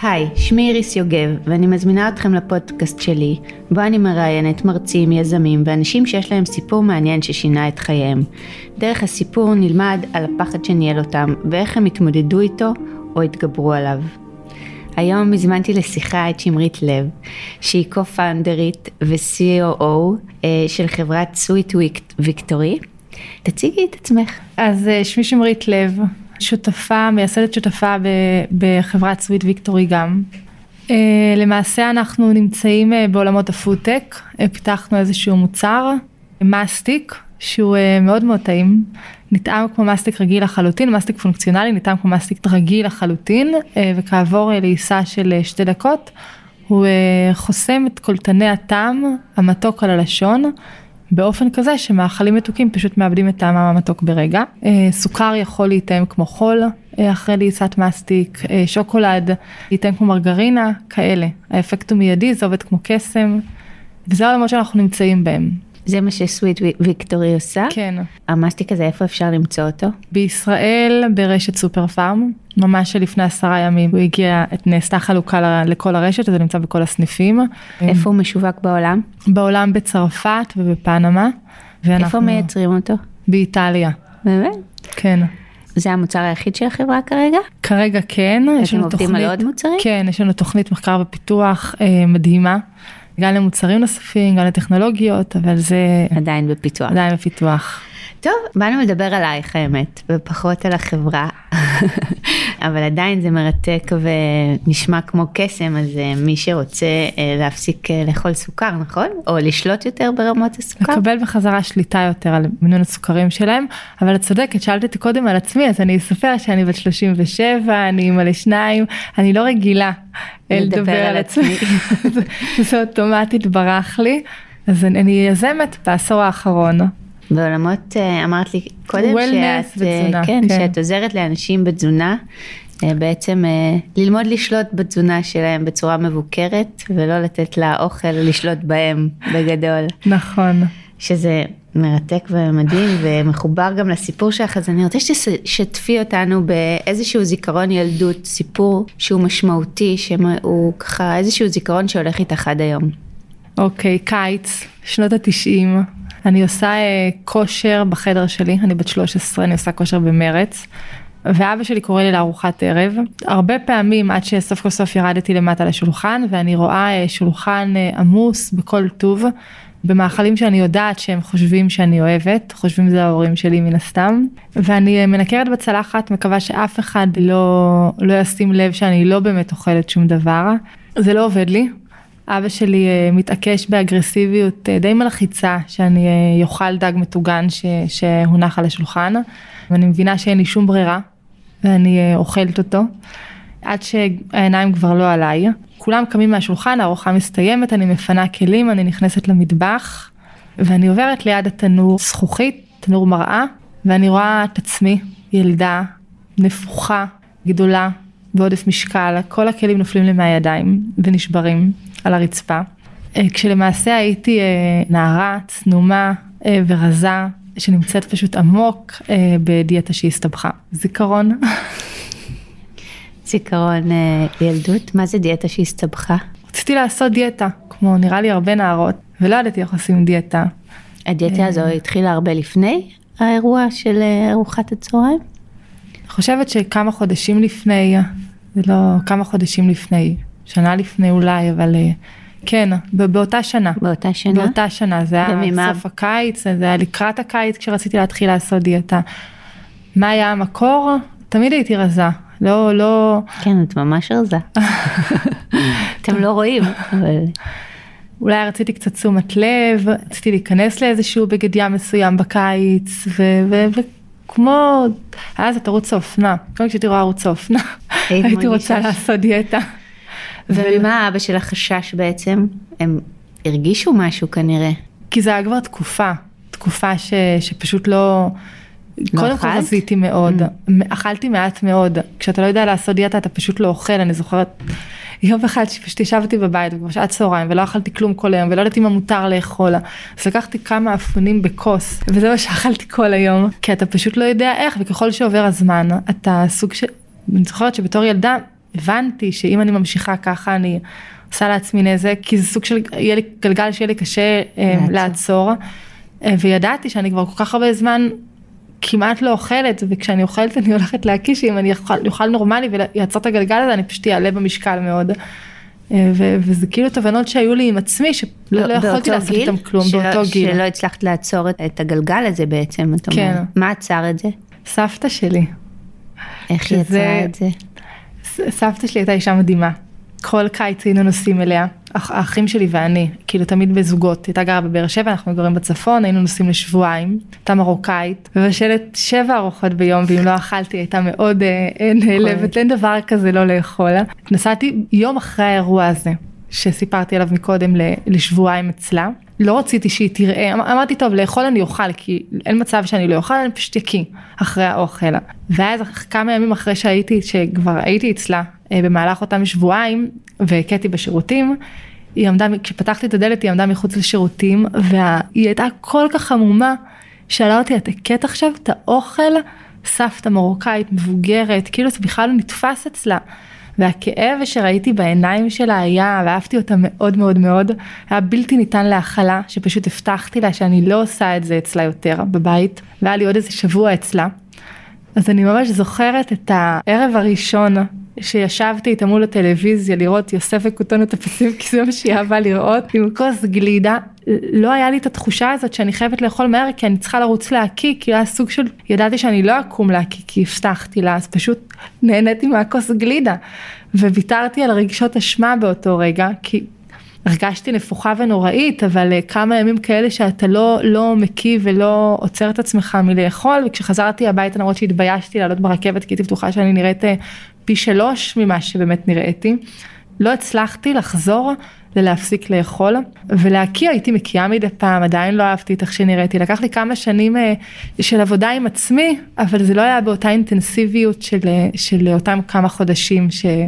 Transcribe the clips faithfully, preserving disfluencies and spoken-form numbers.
היי, שמי איריס יוגב, ואני מזמינה אתכם לפודקאסט שלי, בו אני מראיינת מרצים, יזמים ואנשים שיש להם סיפור מעניין ששינה את חייהם. דרך הסיפור נלמד על הפחד שניהל אותם, ואיך הם התמודדו איתו או התגברו עליו. היום הזמנתי לשיחה את שמרית לב, שהיא קו-פאונדרית ו-סי או או של חברת סוויט ויקטורי. תציגי את עצמך. אז שמי שמרית לב, שותפה, מייסדת שותפה בחברת סוויט ויקטורי גם. למעשה אנחנו נמצאים בעולמות הפודטק, פיתחנו איזשהו מוצר, מסטיק, שהוא מאוד מאוד טעים, נטעם כמו מסטיק רגיל לחלוטין, מסטיק פונקציונלי, נטעם כמו מסטיק רגיל לחלוטין, וכעבור לעיסה של שתי דקות, הוא חוסם את קולטני הטעם המתוק על הלשון, באופן כזה שמאכלים מתוקים פשוט מאבדים את טעם המתוק ברגע. סוכר יכול להיטעם כמו חול, אחרי לעיסת מסטיק, שוקולד, להיטעם כמו מרגרינה, כאלה. האפקט הוא מיידי, זה עובד כמו קסם, וזה העולמות שאנחנו נמצאים בהם. זה מה שסוויט ויקטורי עושה? כן. המסטיק הזה, איפה אפשר למצוא אותו? בישראל, ברשת סופר פארם, ממש לפני עשרה ימים, הוא הגיע, נעשתה חלוקה לכל הרשת, אז זה נמצא בכל הסניפים. איפה הוא משווק בעולם? בעולם בצרפת ובפנמה. איפה מייצרים אותו? באיטליה. באמת? כן. זה המוצר היחיד של החברה כרגע? כרגע כן. אתם עובדים על עוד מוצרים? כן, יש לנו תוכנית מחקר ופיתוח מדהימה. גם למוצרים נוספים, גם לטכנולוגיות, אבל זה עדיין בפיתוח. עדיין בפיתוח. טוב, באנו לדבר עלייך האמת, ופחות על החברה, אבל עדיין זה מרתק ונשמע כמו קסם, אז מי שרוצה להפסיק לאכול סוכר, נכון? או לשלוט יותר ברמות הסוכר? לקבל בחזרה שליטה יותר על מינון הסוכרים שלהם, אבל את צודקת, שאלת אותי קודם על עצמי, אז אני אספר שאני בת שלושים ושבע, אני אמא לשניים, אני לא רגילה לדבר על עצמי, זה אוטומטית ברח לי, אז אני יזמת בעשור האחרון. בעולמות, אמרת לי קודם שאת, כן, שאת עוזרת לאנשים בתזונה, בעצם ללמוד לשלוט בתזונה שלהם בצורה מבוקרת, ולא לתת לה אוכל לשלוט בהם בגדול. נכון. שזה מרתק ומדהים ומחובר גם לסיפור שלך, אז אני רוצה שתשתפי אותנו באיזשהו זיכרון ילדות, סיפור שהוא משמעותי, שהוא ככה איזשהו זיכרון שהולך איתך עד היום. אוקיי, קיץ, שנות התשעים. אני עושה כושר בחדר שלי, אני בת שלוש עשרה, אני עושה כושר במרץ, ואבא שלי קורא לי לארוחת ערב, הרבה פעמים עד שסוף כל סוף ירדתי למטה לשולחן, ואני רואה שולחן עמוס בכל טוב, במאכלים שאני יודעת שהם חושבים שאני אוהבת, חושבים זה ההורים שלי מן הסתם, ואני מנקרת בצלחת, מקווה שאף אחד לא, לא ישים לב שאני לא באמת אוכלת שום דבר, זה לא עובד לי, אבא שלי מתעקש באגרסיביות די מלחיצה, שאני יאכל דג מטוגן ש, שהונח על השולחן, ואני מבינה שאין לי שום ברירה, ואני אוכלת אותו, עד שהעיניים כבר לא עליי. כולם קמים מהשולחן, הארוחה מסתיימת, אני מפנה כלים, אני נכנסת למטבח, ואני עוברת ליד התנור זכוכית, תנור מראה, ואני רואה את עצמי, ילדה, נפוחה, גדולה, בעודף משקל, כל הכלים נופלים לי מהידיים ונשברים על הרצפה. כשלמעשה הייתי נערה, צנומה ורזה, שנמצאת פשוט עמוק בדיאטה שהסתבכה. זיכרון. זיכרון ילדות? מה זה דיאטה שהסתבכה? רציתי לעשות דיאטה, כמו נראה לי הרבה נערות, ולא ידעתי איך עושים דיאטה. הדיאטה הזו התחילה הרבה לפני האירוע של ארוחת הצהריים? אני חושבת שכמה חודשים לפני, זה לא כמה חודשים לפני, שנה לפני אולי, אבל כן, באותה שנה. באותה שנה? באותה שנה, זה היה סוף הקיץ, זה היה לקראת הקיץ כשרציתי להתחיל לעשות דיאטה. מה היה המקור? תמיד הייתי רזה. לא, לא... כן, את ממש רזה. אתם לא רואים, אבל... אולי רציתי קצת תשומת לב, רציתי להיכנס לאיזשהו בגד ים מסוים בקיץ, וכמו... היה זה תרוץ האופנה. כמו כשהייתי רואה ערוץ האופנה, הייתי רוצה לעשות דיאטה. ומה אבא של החשש בעצם? הם הרגישו משהו כנראה. כי זה היה כבר תקופה, תקופה ש, שפשוט לא... קודם כל רזיתי מאוד, אכלתי מעט מאוד. כשאתה לא יודע לעשות דיאטה, אתה פשוט לא אוכל. אני זוכרת יום אחד שפשוט ישבתי בבית, כבר שעת צהריים, ולא אכלתי כלום כל היום, ולא ידעתי מה מותר לאכול. אז לקחתי כמה אפונים בכוס, וזה מה שאכלתי כל היום, כי אתה פשוט לא יודע איך, וככל שעובר הזמן, אתה סוג של... אני זוכרת שבתור ילדה, הבנתי שאם אני ממשיכה ככה, אני עושה לעצמי נזק, כי זה סוג של, יהיה לי גלגל שיהיה לי קשה לעצור. לעצור, וידעתי שאני כבר כל כך הרבה זמן כמעט לא אוכלת, וכשאני אוכלת אני הולכת להקיש, אם אני אוכל, אוכל נורמלי ויעצור את הגלגל הזה, אני פשוט אעלה במשקל מאוד. ו- וזה כאילו תובנות שהיו לי עם עצמי, שלא לא יכולתי לעשות איתם כלום, שלא, באותו גיל. שלא הצלחת לעצור את, את הגלגל הזה בעצם, אתה כן. אומר. מה עצר את זה? סבתא שלי. איך שזה, היא עצרה את זה? סבתא שלי הייתה אישה מדהימה. כל קיץ היינו נוסעים אליה, האחים שלי ואני, כאילו תמיד בזוגות, הייתה גרה בבאר שבע, אנחנו גרים בצפון, היינו נוסעים לשבועיים, הייתה מרוקאית, ובשלת שבע ארוחות ביום, ואם לא אכלתי, הייתה מאוד אה, נעלבת, אין דבר כזה לא לאכול. נסעתי יום אחרי האירוע הזה, שסיפרתי עליו מקודם לשבועיים אצלה, לא רציתי שהיא תראה, אמרתי טוב, לאכול אני אוכל, כי אין מצב שאני לא אוכל, אני פשוט יקי אחרי האוכל. ואז כמה ימים אחרי שהייתי, שכבר הייתי אצלה, במהלך אותם שבועיים, והקטתי בשירותים, היא עמדה, כשפתחתי את הדלת, היא עמדה מחוץ לשירותים, והיא הייתה כל כך חמומה, שאלה אותי, את הקט עכשיו את האוכל, סבתא מרוקאית, מבוגרת, כאילו זה בכלל לא נתפס אצלה, והכאב שראיתי בעיניים שלה היה, ואהבתי אותה מאוד מאוד מאוד, היה בלתי ניתן להאכלה, שפשוט הבטחתי לה שאני לא עושה את זה אצלה יותר בבית, והיה לי עוד איזה שבוע אצלה, אז אני ממש זוכרת את הערב הראשון, שישבתי איתה מול הטלוויזיה לראות יוסף וכותון הטפסים, כי זה מה שהיא אהבה לראות, עם כוס גלידה, לא היה לי את התחושה הזאת שאני חייבת לאכול מהר, כי אני צריכה לרוץ להקיא, כי היה סוג של, ידעתי שאני לא אקום להקיא, כי הבטחתי לה, אז פשוט נהניתי מהכוס גלידה, וויתרתי על רגשות אשמה באותו רגע, כי הרגשתי נפוחה ונוראית, אבל כמה ימים כאלה שאתה לא, לא מקיא ולא עוצר את עצמך מלאכול, וכשחזרתי הביתה למרות שהתביישתי לעלות ברכבת, כי הייתי בטוחה שאני נראית פי שלוש ממה שבאמת נראיתי, לא הצלחתי לחזור ללהפסיק לאכול, ולהקיא הייתי מקיאה מדי פעם, עדיין לא אהבתי את איך שנראיתי, לקח לי כמה שנים של עבודה עם עצמי, אבל זה לא היה באותה אינטנסיביות של, של אותם כמה חודשים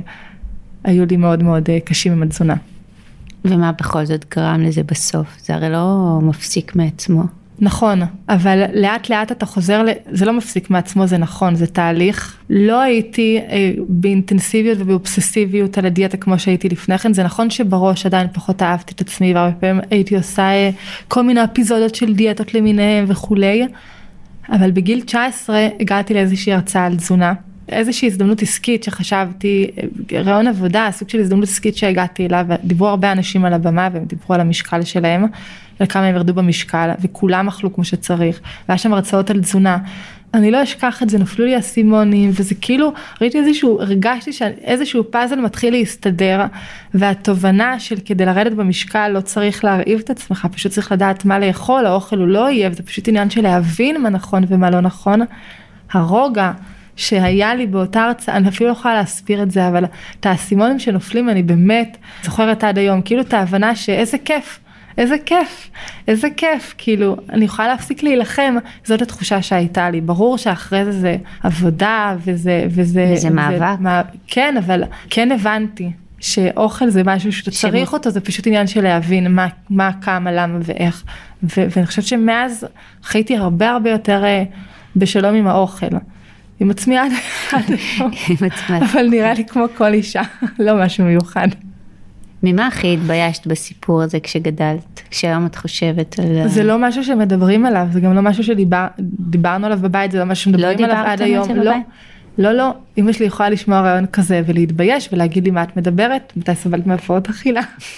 שהיו לי מאוד מאוד קשים עם התזונה. ומה בכל זאת גרם לזה בסוף? זה הרי לא מפסיק מעצמו. נכון, אבל לאט לאט אתה חוזר, זה לא מפסיק מעצמו, זה נכון, זה תהליך. לא הייתי אה, באינטנסיביות ובאובססיביות על הדיאטה כמו שהייתי לפני כן, זה נכון שבראש עדיין פחות אהבתי את עצמי, והרבה פעמים הייתי עושה אה, כל מיני אפיזודות של דיאטות למיניהם וכולי, אבל בגיל תשע עשרה הגעתי לאיזושהי הרצאה על תזונה, איזושהי הזדמנות עסקית שחשבתי, רעיון עבודה, סוג של הזדמנות עסקית שהגעתי אליו, דיברו הרבה אנשים על הבמה, והם דיברו על המשקל שלהם, על כמה הם ירדו במשקל, וכולם אכלו כמו שצריך, והיה שם הרצאות על תזונה, אני לא אשכח את זה, נפלו לי הסימונים, וזה כאילו, ראיתי איזשהו, הרגשתי שאיזשהו פאזל מתחיל להסתדר, והתובנה של כדי לרדת במשקל, לא צריך להרעיב את עצמך, פשוט צריך לדעת מה לאכול, האוכל הוא לא יהיה, וזה פשוט עניין של להבין מה נכון ומה לא נכון, הרוגע, שהיה לי באותה הרצאה, אני אפילו לא יכולה להסביר את זה, אבל את האסימונים שנופלים, אני באמת זוכרת עד היום, כאילו את ההבנה שאיזה כיף, איזה כיף, איזה כיף, כאילו, אני יכולה להפסיק להילחם, זאת התחושה שהייתה לי, ברור שאחרי זה זה עבודה, וזה, וזה, וזה מאבק. מה, כן, אבל כן הבנתי, שאוכל זה משהו שאתה צריך ש... אותו, זה פשוט עניין של להבין מה, מה, כמה, למה ואיך, ו- ואני חושבת שמאז חייתי הרבה הרבה יותר בשלום עם האוכל, עם עצמי עד היום, אבל נראה לי כמו כל אישה, לא משהו מיוחד. ממה הכי התביישת בסיפור הזה כשגדלת, כשהיום את חושבת על... זה לא משהו שמדברים עליו, זה גם לא משהו שדיברנו עליו בבית, זה לא משהו שמדברים עליו עד היום. לא, לא, לא, אמא שלי יכולה לשמוע רעיון כזה ולהתבייש ולהגיד לי מה את מדברת, מתי סבלת מהפרעות אכילה.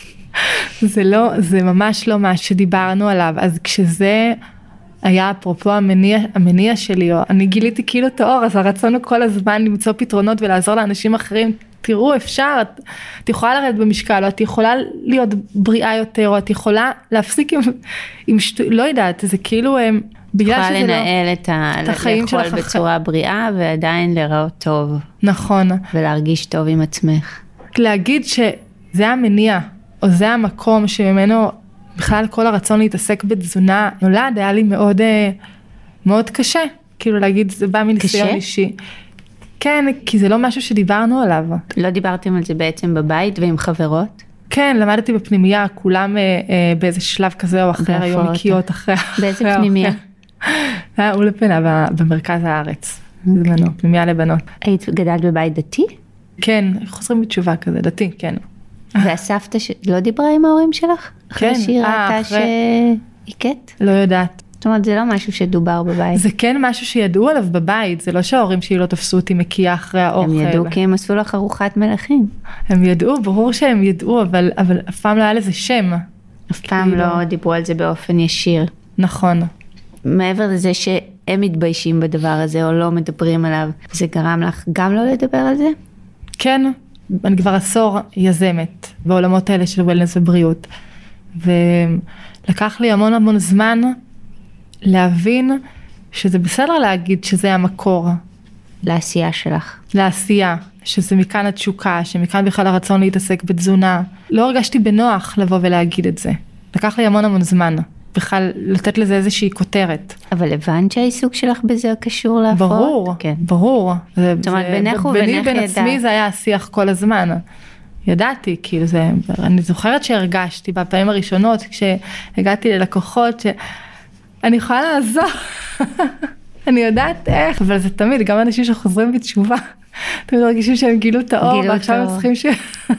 זה לא, זה ממש לא מה שדיברנו עליו, אז כשזה... היה אפרופו המניע, המניע שלי, או אני גיליתי כאילו את האור, אז הרצון הוא כל הזמן למצוא פתרונות ולעזור לאנשים אחרים, תראו אפשר, את, את יכולה לרדת במשקל, או את יכולה להיות בריאה יותר, או את יכולה להפסיק עם, עם שטו, לא יודעת, זה כאילו, בגלל שזה לא... יכולה לנהל את, ה, את החיים שלך. לאכול בצורה בריאה, ועדיין לראות טוב. נכון. ולהרגיש טוב עם עצמך. להגיד שזה המניע, או זה המקום שממנו... בכלל כל הרצון להתעסק בתזונה נולד, היה לי מאוד, מאוד קשה, כאילו להגיד, זה בא מניסיון אישי. כן, כי זה לא משהו שדיברנו עליו. לא דיברתם על זה בעצם בבית ועם חברות? כן, למדתי בפנימיה, כולם באיזה שלב כזה או אחר, היום מקיות אחרי... באיזה פנימיה? היה אולפנה במרכז הארץ, בזמנו, פנימיה לבנות. היית גדלת בבית דתי? כן, חוזרים בתשובה כזה, דתי, כן. והסבתא לא דיברה עם ההורים שלך? אחרי שהיא ראתה שהיקט? לא יודעת. זאת אומרת, זה לא משהו שדובר בבית. זה כן משהו שידעו עליו בבית, זה לא שההורים שלי לא תפסו אותי מקיאה אחרי האוכל. הם ידעו כי הם עשו לך ארוחת מלכים. הם ידעו, ברור שהם ידעו, אבל, אבל אף פעם לא היה לזה שם. אף פעם לא דיברו על זה באופן ישיר. נכון. מעבר לזה שהם מתביישים בדבר הזה, או לא מדברים עליו, זה גרם לך גם לא לדבר על זה? כן, אני כבר עשור יזמת בעולמות האלה של וולנס ובריאות, ולקח לי המון המון זמן להבין שזה בסדר להגיד שזה המקור. לעשייה שלך. לעשייה, שזה מכאן התשוקה, שמכאן בכלל הרצון להתעסק בתזונה. לא הרגשתי בנוח לבוא ולהגיד את זה. לקח לי המון המון זמן, בכלל לתת לזה איזושהי כותרת. אבל הבנת שהעיסוק שלך בזה קשור להפרעות? ברור, כן. ברור. זאת אומרת, בינך ובינך ידעת. ביני בין עצמי זה היה השיח כל הזמן. ידעתי, כאילו זה, אני זוכרת שהרגשתי בפעמים הראשונות, כשהגעתי ללקוחות, שאני יכולה לעזור. אני יודעת איך, אבל זה תמיד, גם אנשים שחוזרים בתשובה, תמיד מרגישים שהם גילו את האור, ועכשיו הם צריכים ש...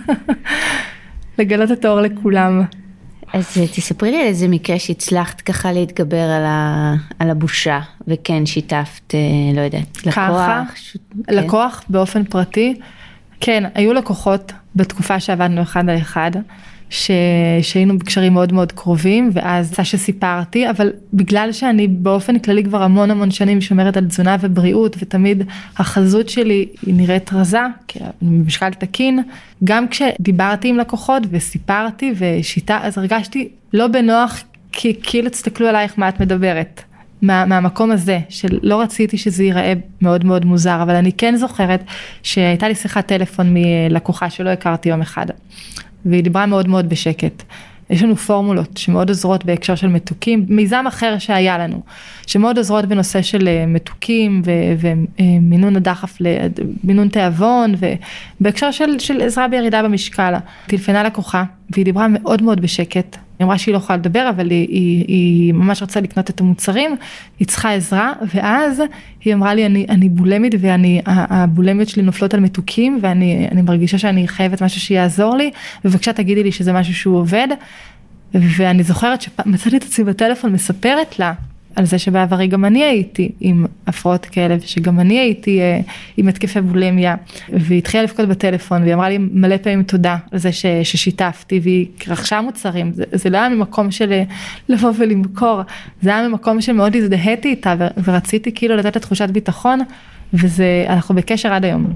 לגלות את האור לכולם. אז תספרי לי על איזה מקרה שהצלחת ככה להתגבר על, ה... על הבושה, וכן שיתפת, לא יודעת, לקוח. ש... לקוח כן. באופן פרטי, כן, היו לקוחות בתקופה שעבדנו אחד על אחד, ש... שהיינו בקשרים מאוד מאוד קרובים, ואז זה שסיפרתי, אבל בגלל שאני באופן כללי כבר המון המון שנים שומרת על תזונה ובריאות, ותמיד החזות שלי היא נראית רזה, כי אני במשקל תקין, גם כשדיברתי עם לקוחות וסיפרתי ושיטה, אז הרגשתי לא בנוח, כי כאילו תסתכלו עלייך מה את מדברת. מה, מהמקום הזה, שלא רציתי שזה ייראה מאוד מאוד מוזר, אבל אני כן זוכרת שהייתה לי שיחת טלפון מלקוחה שלא הכרתי יום אחד. והיא דיברה מאוד מאוד בשקט. יש לנו פורמולות שמאוד עוזרות בהקשר של מתוקים, מיזם אחר שהיה לנו, שמאוד עוזרות בנושא של מתוקים ומינון הדחף למינון תיאבון, ובהקשר של, של עזרה בירידה במשקל. טלפנה לקוחה, והיא דיברה מאוד מאוד בשקט. היא אמרה שהיא לא יכולה לדבר, אבל היא, היא, היא ממש רצה לקנות את המוצרים, היא צריכה עזרה, ואז היא אמרה לי, אני, אני בולמית, והבולמיות שלי נופלות על מתוקים, ואני אני מרגישה שאני חייבת משהו שיעזור לי, ובבקשה תגידי לי שזה משהו שהוא עובד, ואני זוכרת שמצאתי את עצמי בטלפון, מספרת לה, על זה שבעברי גם אני הייתי עם הפרעות כאלה, ושגם אני הייתי אה, עם התקפי בולמיה, והיא התחילה לפקוד בטלפון, והיא אמרה לי מלא פעמים תודה על זה ש, ששיתפתי, והיא רכשה מוצרים, זה, זה לא היה ממקום של לבוא ולמכור, זה היה ממקום של מאוד הזדהיתי איתה, ו, ורציתי כאילו לתת לה תחושת ביטחון, וזה, אנחנו בקשר עד היום.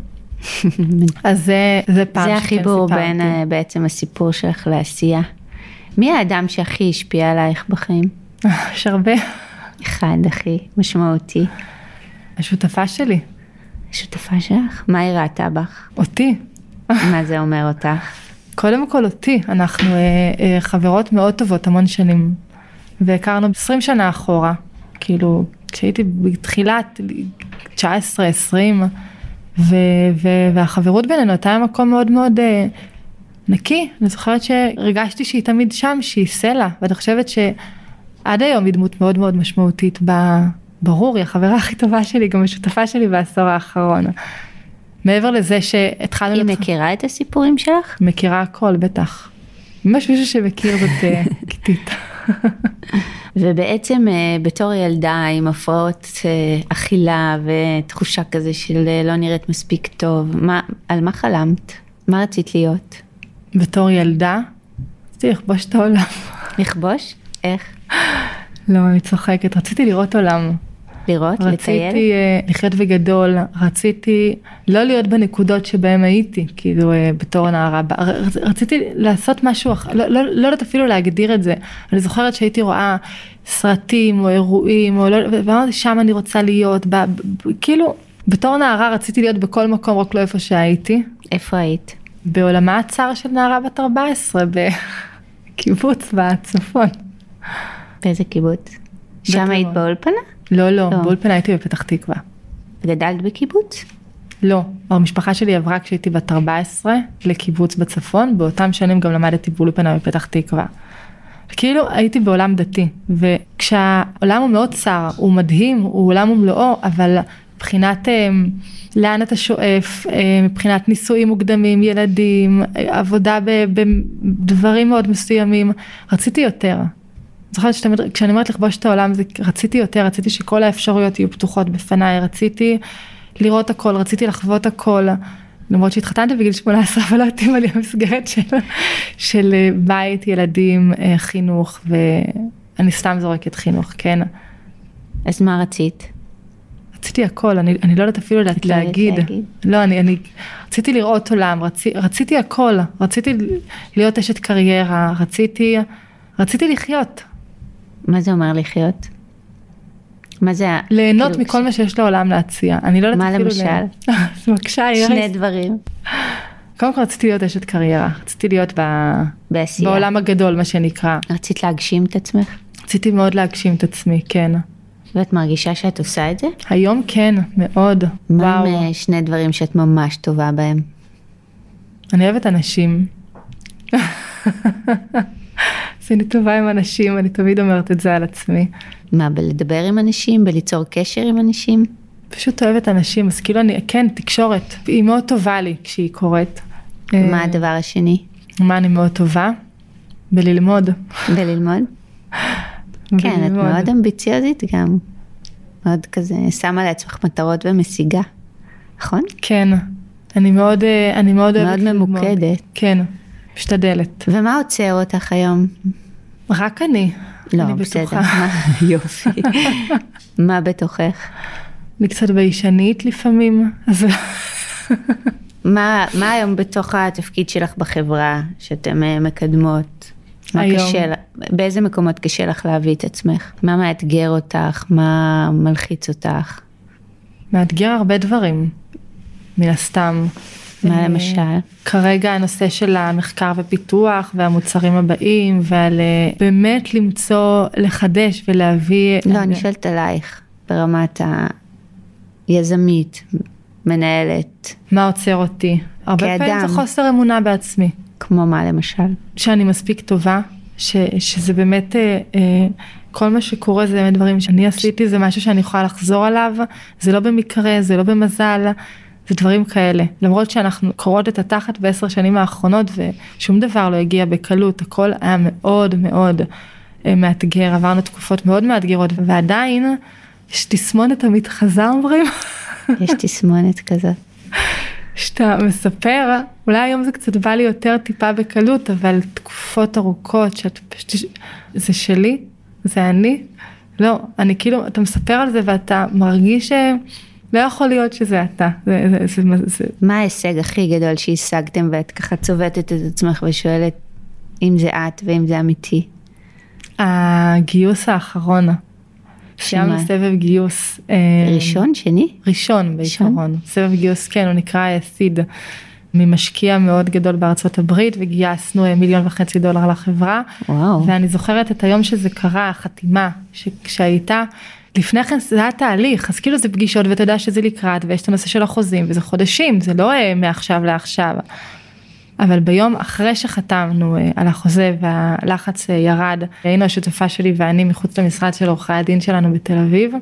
אז זה, זה פעם זה החיבור בין בעצם הסיפור שלך לעשייה. מי האדם שהכי השפיע עלייך בחיים? יש הרבה. אחד הכי משמעותי. השותפה שלי. השותפה שלך? מה היא ראתה בך? אותי. מה זה אומר אותך? קודם כל אותי. אנחנו אה, אה, חברות מאוד טובות המון שנים. והכרנו עשרים שנה אחורה. כאילו, כשהייתי בתחילת תשע עשרה עשרים, ו, ו, והחברות בינינו הייתה מקום מאוד מאוד אה, נקי. אני זוכרת שהרגשתי שהיא תמיד שם, שהיא סלע. ואני חושבת ש... עד היום היא דמות מאוד מאוד משמעותית, ברור, היא החברה הכי טובה שלי, גם השותפה שלי בעשור האחרון. מעבר לזה שהתחלנו... היא מכירה את הסיפורים שלך? מכירה הכל, בטח. ממש מישהו שמכיר זאת כיתית. ובעצם בתור ילדה עם הפרעות אכילה ותחושה כזה של לא נראית מספיק טוב, מה, על מה חלמת? מה רצית להיות? בתור ילדה? רציתי לכבוש את העולם. לכבוש? איך? לא, אני צוחקת. רציתי לראות עולם. לראות? רציתי לטייל? רציתי uh, לחיות בגדול. רציתי לא להיות בנקודות שבהם הייתי, כאילו uh, בתור נערה. רצ, רציתי לעשות משהו אחר, לא, לא, לא יודעת אפילו להגדיר את זה. אני זוכרת שהייתי רואה סרטים או אירועים, או לא, ואמרתי שם אני רוצה להיות. ב, ב, ב, כאילו, בתור נערה רציתי להיות בכל מקום, רק לא איפה שהייתי. איפה היית? בעולמה הצר של נערה בת ארבע עשרה, בקיבוץ בצפון. באיזה קיבוץ? שם היית באולפנה? לא, לא, באולפנה הייתי בפתח תקווה. גדלת בקיבוץ? לא, המשפחה שלי עברה כשהייתי בת ארבע עשרה לקיבוץ בצפון, באותם שנים גם למדתי באולפנה בפתח תקווה. כאילו הייתי בעולם דתי, וכשהעולם הוא מאוד צר, הוא מדהים, הוא עולם ומלואו, אבל מבחינת לאן אתה שואף, מבחינת נישואים מוקדמים, ילדים, עבודה בדברים מאוד מסוימים, רציתי יותר. זוכרת כשאני אומרת לכבוש את העולם, רציתי יותר, רציתי שכל האפשרויות יהיו פתוחות בפניי, רציתי לראות הכל, רציתי לחוות הכל, למרות שהתחתנתי בגיל שמונה עשרה, אבל לא הייתי על המסגרת של, של בית, ילדים, חינוך, ואני סתם זורקת חינוך, כן. אז מה רצית? רציתי הכל, אני, אני לא יודעת אפילו להגיד. להגיד. לא, אני, אני רציתי לראות עולם, רצי, רציתי הכל, רציתי להיות אשת קריירה, רציתי, רציתי לחיות. מה זה אומר לחיות? מה זה? ליהנות כאילו מכל כש... מה שיש לעולם להציע. אני לא יודעת מה אפילו... למשל? זה מקשה, איריס. שני דברים. קודם כל רציתי להיות אשת קריירה, רציתי להיות ב... בעשייה. בעולם הגדול, מה שנקרא. רצית להגשים את עצמך? רציתי מאוד להגשים את עצמי, כן. ואת מרגישה שאת עושה את זה? היום כן, מאוד. מה הם שני דברים שאת ממש טובה בהם? אני אוהבת אנשים. אז אני טובה עם אנשים, אני תמיד אומרת את זה על עצמי. מה, בלדבר עם אנשים, בליצור קשר עם אנשים? פשוט אוהבת אנשים, אז כאילו אני, כן, תקשורת. היא מאוד טובה לי כשהיא קורית. מה הדבר השני? מה אני מאוד טובה? בללמוד. בללמוד? כן, את מאוד אמביציוזית גם. מאוד כזה, שמה לעצמך מטרות ומשיגה. נכון? כן. אני מאוד, אני מאוד אוהבת ללמוד. מאוד ממוקדת. כן, משתדלת. ומה עוצר אותך היום? רק אני. לא, אני בסדר. בטוחה. יופי. מה בתוכך? אני קצת בישנית לפעמים. אז... מה, מה היום בתוך התפקיד שלך בחברה שאתם מקדמות? מה קשה, באיזה מקומות קשה לך להביא את עצמך? מה מאתגר אותך? מה מלחיץ אותך? מאתגר הרבה דברים, מן הסתם. מה למשל? כרגע הנושא של המחקר ופיתוח והמוצרים הבאים, ועל באמת למצוא, לחדש ולהביא... לא, אני שואלת עלייך, ברמת היזמית, מנהלת. מה עוצר אותי? הרבה פעמים זה חוסר אמונה בעצמי. כמו מה למשל? שאני מספיק טובה, ש, שזה באמת, אה, אה, כל מה שקורה זה באמת דברים שאני עשיתי, זה משהו שאני יכולה לחזור עליו, זה לא במקרה, זה לא במזל, זה דברים כאלה. למרות שאנחנו קוראות את התחת בעשר שנים האחרונות, ושום דבר לא הגיע בקלות, הכל היה מאוד מאוד אה, מאתגר, עברנו תקופות מאוד מאתגרות, ועדיין יש תסמונת המתחזה אומרים. יש תסמונת כזאת. שאתה מספר, אולי היום זה קצת בא לי יותר טיפה בקלות, אבל תקופות ארוכות, שאת פשוט, זה שלי, זה אני, לא, אני כאילו, אתה מספר על זה ואתה מרגיש שלא יכול להיות שזה אתה. זה, זה, זה, זה... מה ההישג הכי גדול שהשגתם ואת ככה צובטת את עצמך ושואלת אם זה את ואם זה אמיתי? הגיוס האחרון. סיימנו סבב גיוס. ראשון, שני? ראשון בעיקרון. סבב גיוס, כן, הוא נקרא סיד, ממשקיע מאוד גדול בארצות הברית, וגייסנו מיליון וחצי דולר לחברה. וואו. ואני זוכרת את היום שזה קרה, החתימה שהייתה, לפני כן זה היה תהליך, אז כאילו זה פגישות, ואתה יודע שזה לקראת, ויש את הנושא של החוזים, וזה חודשים, זה לא מעכשיו לעכשיו. אבל ביום אחרי שחתמנו על החוזה והלחץ ירד, היינו השותפה שלי ואני מחוץ למשרד של עורכי הדין שלנו בתל אביב,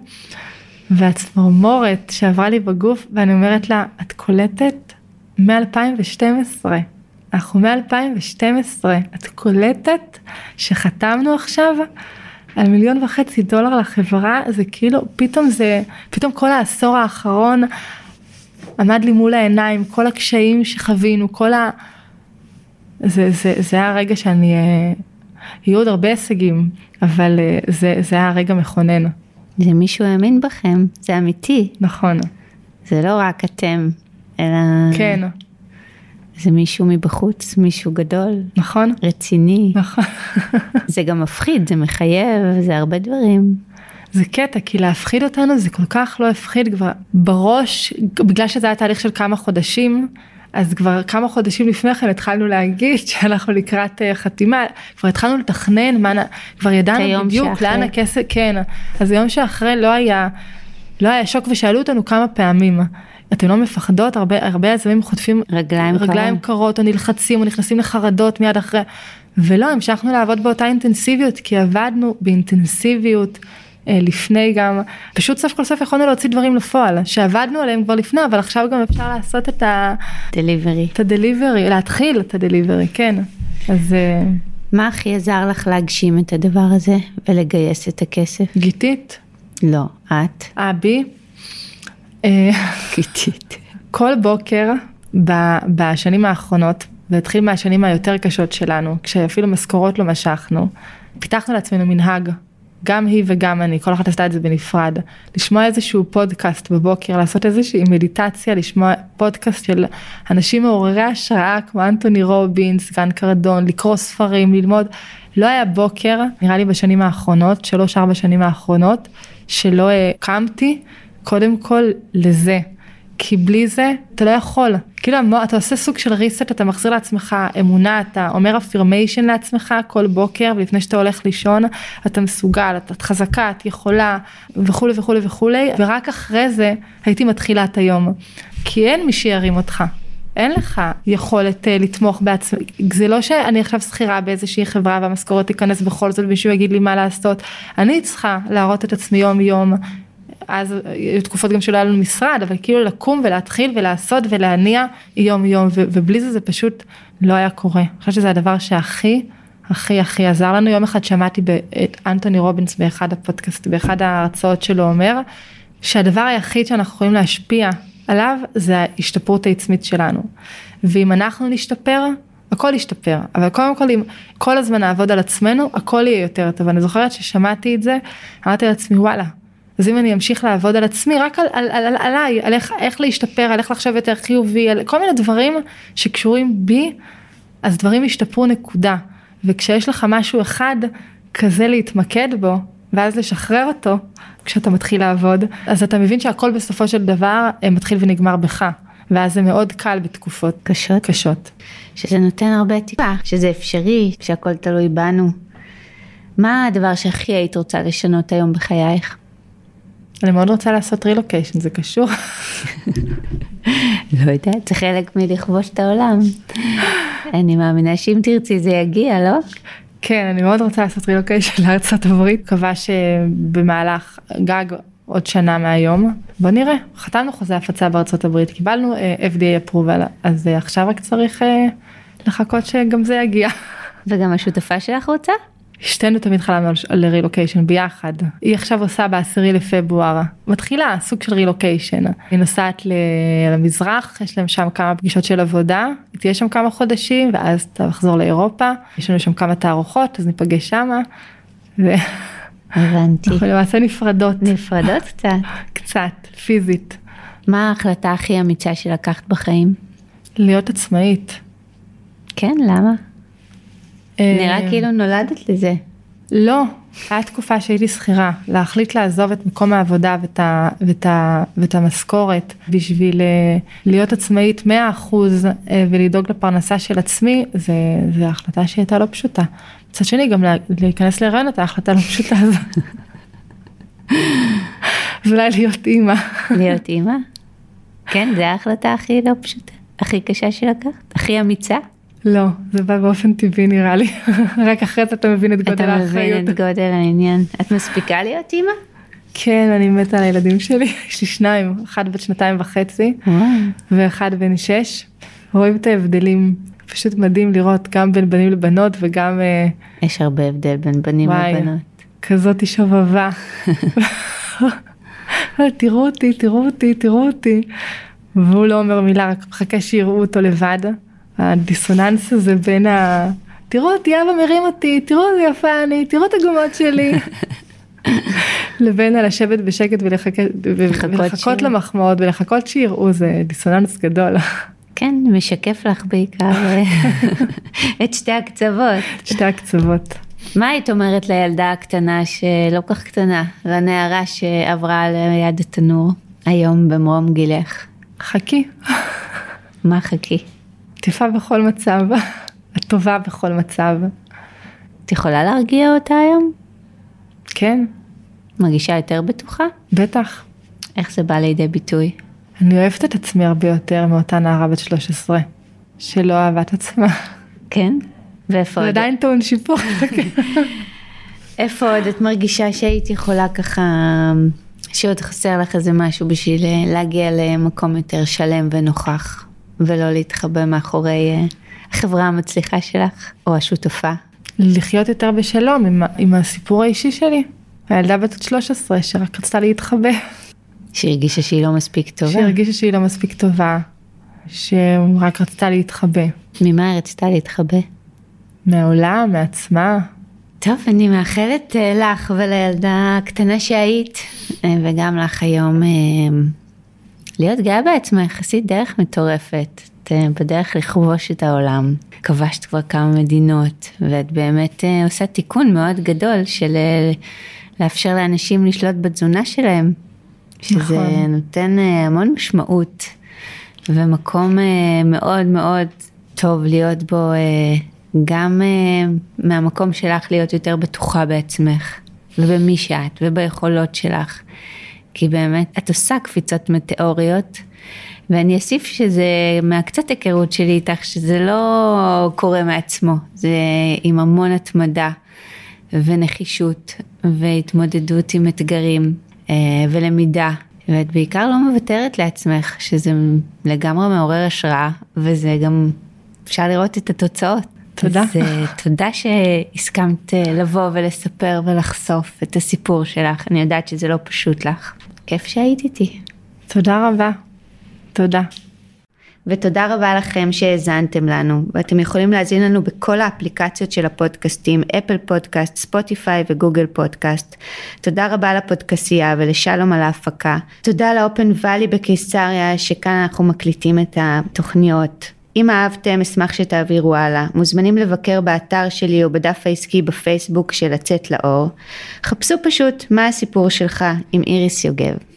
והצמרמורת שעברה לי בגוף, ואני אומרת לה, את קולטת מ-אלפיים ושתים עשרה, אנחנו מ-אלפיים ושתים עשרה, את קולטת שחתמנו עכשיו על מיליון וחצי דולר לחברה, זה כאילו, פתאום זה, פתאום כל העשור האחרון עמד לי מול העיניים, כל הקשיים שחווינו, כל ה... זה, זה, זה היה הרגע שאני, יהיו עוד הרבה הישגים, אבל זה, זה היה הרגע מכונן. זה מישהו האמין בכם, זה אמיתי. נכון. זה לא רק אתם, אלא... כן. זה מישהו מבחוץ, מישהו גדול. נכון. רציני. נכון. זה גם מפחיד, זה מחייב, זה הרבה דברים. זה קטע, כי להפחיד אותנו זה כל כך לא הפחיד כבר בראש, בגלל שזה היה תהליך של כמה חודשים, אז כבר כמה חודשים לפני כן התחלנו להגיד שאנחנו לקראת חתימה, כבר התחלנו לתכנן, מה, כבר ידענו בדיוק לאן הכסף, כן, אז היום שאחרי לא היה, לא היה שוק ושאלו אותנו כמה פעמים, אתם לא מפחדות, הרבה, הרבה יזמים חוטפים רגליים, רגליים קרות או נלחצים או נכנסים לחרדות מיד אחרי, ולא, המשכנו לעבוד באותה אינטנסיביות, כי עבדנו באינטנסיביות לפני גם, פשוט סוף כל סוף יכולנו להוציא דברים לפועל, שעבדנו עליהם כבר לפני, אבל עכשיו גם אפשר לעשות את ה... דליברי. את הדליברי, להתחיל את הדליברי, כן. אז... מה הכי עזר לך להגשים את הדבר הזה, ולגייס את הכסף? גיטית? לא, את. אבי. גיטית. כל בוקר, בשנים האחרונות, והתחיל מהשנים היותר קשות שלנו, כשאפילו משכורות לא משכנו, פיתחנו לעצמנו מנהג, גם היא וגם אני, כל אחת עשתה את זה בנפרד, לשמוע איזשהו פודקאסט בבוקר, לעשות איזושהי מדיטציה, לשמוע פודקאסט של אנשים מעוררי השראה, כמו אנטוני רובינס, גרנט קרדון, לקרוא ספרים, ללמוד. לא היה בוקר, נראה לי בשנים האחרונות, שלוש ארבע שנים האחרונות, שלא קמתי, קודם כל לזה. כי בלי זה אתה לא יכול, כאילו אתה עושה סוג של ריסט, אתה מחזיר לעצמך אמונה, אתה אומר אפירמיישן לעצמך כל בוקר, ולפני שאתה הולך לישון, אתה מסוגל, את חזקה, את יכולה, וכו' וכו' וכו', ורק אחרי זה הייתי מתחילה את היום, כי אין מי שירים אותך, אין לך יכולת לתמוך בעצמי, זה לא שאני עכשיו שכירה באיזושהי חברה, והמשכורת תיכנס בכל זאת, מישהו יגיד לי מה לעשות, אני צריכה להראות את עצמי יום יום, אז היו תקופות גם שלא היה לנו משרד, אבל כאילו לקום ולהתחיל ולעשות ולהניע יום יום, ו- ובלי זה זה פשוט לא היה קורה. אני חושבת שזה הדבר שהכי, הכי, הכי עזר לנו. יום אחד שמעתי את אנטוני רובינס באחד הפודקאסט, באחד ההרצאות שלו אומר, שהדבר היחיד שאנחנו יכולים להשפיע עליו, זה ההשתפרות העצמית שלנו. ואם אנחנו נשתפר, הכל ישתפר. אבל קודם כל, אם כל הזמן נעבוד על עצמנו, הכל יהיה יותר טוב. אני זוכרת ששמעתי את זה, אמרתי לעצמי, וואלה, אז אם אני אמשיך לעבוד על עצמי, רק על, על, על, על, עליי, על איך, איך להשתפר, על איך לחשוב יותר חיובי, על כל מיני דברים שקשורים בי, אז דברים ישתפרו נקודה. וכשיש לך משהו אחד כזה להתמקד בו, ואז לשחרר אותו, כשאתה מתחיל לעבוד, אז אתה מבין שהכל בסופו של דבר מתחיל ונגמר בך. ואז זה מאוד קל בתקופות קשות. קשות. שזה נותן הרבה תקווה, שזה אפשרי, שהכל תלוי בנו. מה הדבר שהכי היית רוצה לשנות היום בחייך? אני מאוד רוצה לעשות רילוקיישן, זה קשור. לא יודעת, זה חלק מלכבוש את העולם. אני מאמינה שאם תרצי זה יגיע, לא? כן, אני מאוד רוצה לעשות רילוקיישן לארצות הברית. מקווה שבמהלך גג עוד שנה מהיום. בוא נראה, חתמנו חוזה הפצה בארצות הברית, קיבלנו אף די איי approval, אז עכשיו רק צריך לחכות שגם זה יגיע. וגם השותפה שלך רוצה? שתינו תמיד חלמנו על רילוקיישן ביחד. היא עכשיו עושה בעשירי לפברואר. מתחילה סוג של רילוקיישן. היא נוסעת למזרח, יש להם שם כמה פגישות של עבודה, היא תהיה שם כמה חודשים, ואז תחזור לאירופה. יש לנו שם כמה תערוכות, אז ניפגש שמה. ו... הבנתי. אנחנו למעשה נפרדות. נפרדות קצת? קצת, פיזית. מה ההחלטה הכי אמיצה שלקחת בחיים? להיות עצמאית. כן, למה? נראה כאילו נולדת לזה. לא, היה תקופה שהייתי שכירה, להחליט לעזוב את מקום העבודה ואת, ה, ואת, ה, ואת המשכורת, בשביל להיות עצמאית מאה אחוז ולדאוג לפרנסה של עצמי, זה, זה החלטה שהייתה לא פשוטה. מצד שני, גם להיכנס להיריון הייתה החלטה לא פשוטה הזו. ואולי להיות אימא. להיות אימא? כן, זו ההחלטה הכי לא פשוטה, הכי קשה שלקחת, הכי אמיצה. לא, זה בא באופן טבעי נראה לי, רק אחרי זה אתה מבין את גודל האחריות. אתה מבין את גודל העניין. את מספיקה להיות אימא? כן, אני מתה על הילדים שלי, יש לי שניים, אחד בת שנתיים וחצי, ואחד בן שש, רואים את ההבדלים, פשוט מדהים לראות גם בין בנים לבנות וגם... יש הרבה הבדל בין בנים לבנות. כזאת שובבה. תראו אותי, תראו אותי, תראו אותי. והוא לא אומר מילה, רק מחכה שיראו אותו לבד. הדיסוננס הזה בין ה... תראו אותי, אבא מרים אותי, תראו איזה יפה אני, תראו את הגומות שלי. לבין לשבת בשקט ולחכות למחמאות ולחכות שיראו, זה דיסוננס גדול. כן, משקף לך בעיקר את שתי הקצוות. שתי הקצוות. מה היית אומרת לילדה הקטנה, שלא כך קטנה, לנערה שעברה ליד התנור, היום במרום גילך? חכי. מה חכי? תיפה בכל מצב, הטובה בכל מצב. את יכולה להרגיע אותה היום? כן. מרגישה יותר בטוחה? בטח. איך זה בא לידי ביטוי? אני אוהבת את עצמי הרבה יותר מאותה נערה בת שלוש עשרה, שלא אהבה את עצמה. כן? ואיפה? זה עדיין טעון שיפור. איפה עוד את מרגישה שהיית יכולה ככה, שעוד חסר לך איזה משהו בשביל להגיע למקום יותר שלם ונוכח, ולא להתחבא מאחורי החברה המצליחה שלך, או השותפה? לחיות יותר בשלום עם, עם הסיפור האישי שלי. הילדה בת שלוש עשרה שרק רצתה להתחבא. שהרגישה שהיא לא מספיק טובה. שהרגישה שהיא לא מספיק טובה. שרק רצתה להתחבא. ממה היא רצתה להתחבא? מהעולם, מעצמה. טוב, אני מאחלת לך ולילדה הקטנה שהיית, וגם לך היום, להיות גאה בעצמך, עשית דרך מטורפת. את בדרך לכבוש את העולם. כבשת כבר כמה מדינות, ואת באמת עושה תיקון מאוד גדול של לאפשר לאנשים לשלוט בתזונה שלהם. שזה נכון. נותן המון משמעות, ומקום מאוד מאוד טוב להיות בו, גם מהמקום שלך להיות יותר בטוחה בעצמך, ובמי שאת, וביכולות שלך. כי באמת את עושה קפיצות מטאוריות, ואני אוסיף שזה מהקצת היכרות שלי איתך, שזה לא קורה מעצמו, זה עם המון התמדה ונחישות והתמודדות עם אתגרים ולמידה, ואת בעיקר לא מוותרת לעצמך, שזה לגמרי מעורר השראה, וזה גם אפשר לראות את התוצאות. תודה. אז תודה שהסכמת לבוא ולספר ולחשוף את הסיפור שלך, אני יודעת שזה לא פשוט לך. כיף שהיית איתי. תודה רבה. תודה. ותודה רבה לכם שהאזנתם לנו, ואתם יכולים להזין לנו בכל האפליקציות של הפודקאסטים, אפל פודקאסט, ספוטיפיי וגוגל פודקאסט. תודה רבה לפודקאסייה ולשלום על ההפקה. תודה לאופן ואלי בקיסריה, שכאן אנחנו מקליטים את התוכניות. אם אהבתם, אשמח שתעבירו הלאה. מוזמנים לבקר באתר שלי או בדף העסקי בפייסבוק של לצאת לאור. חפשו פשוט מה הסיפור שלך עם איריס יוגב.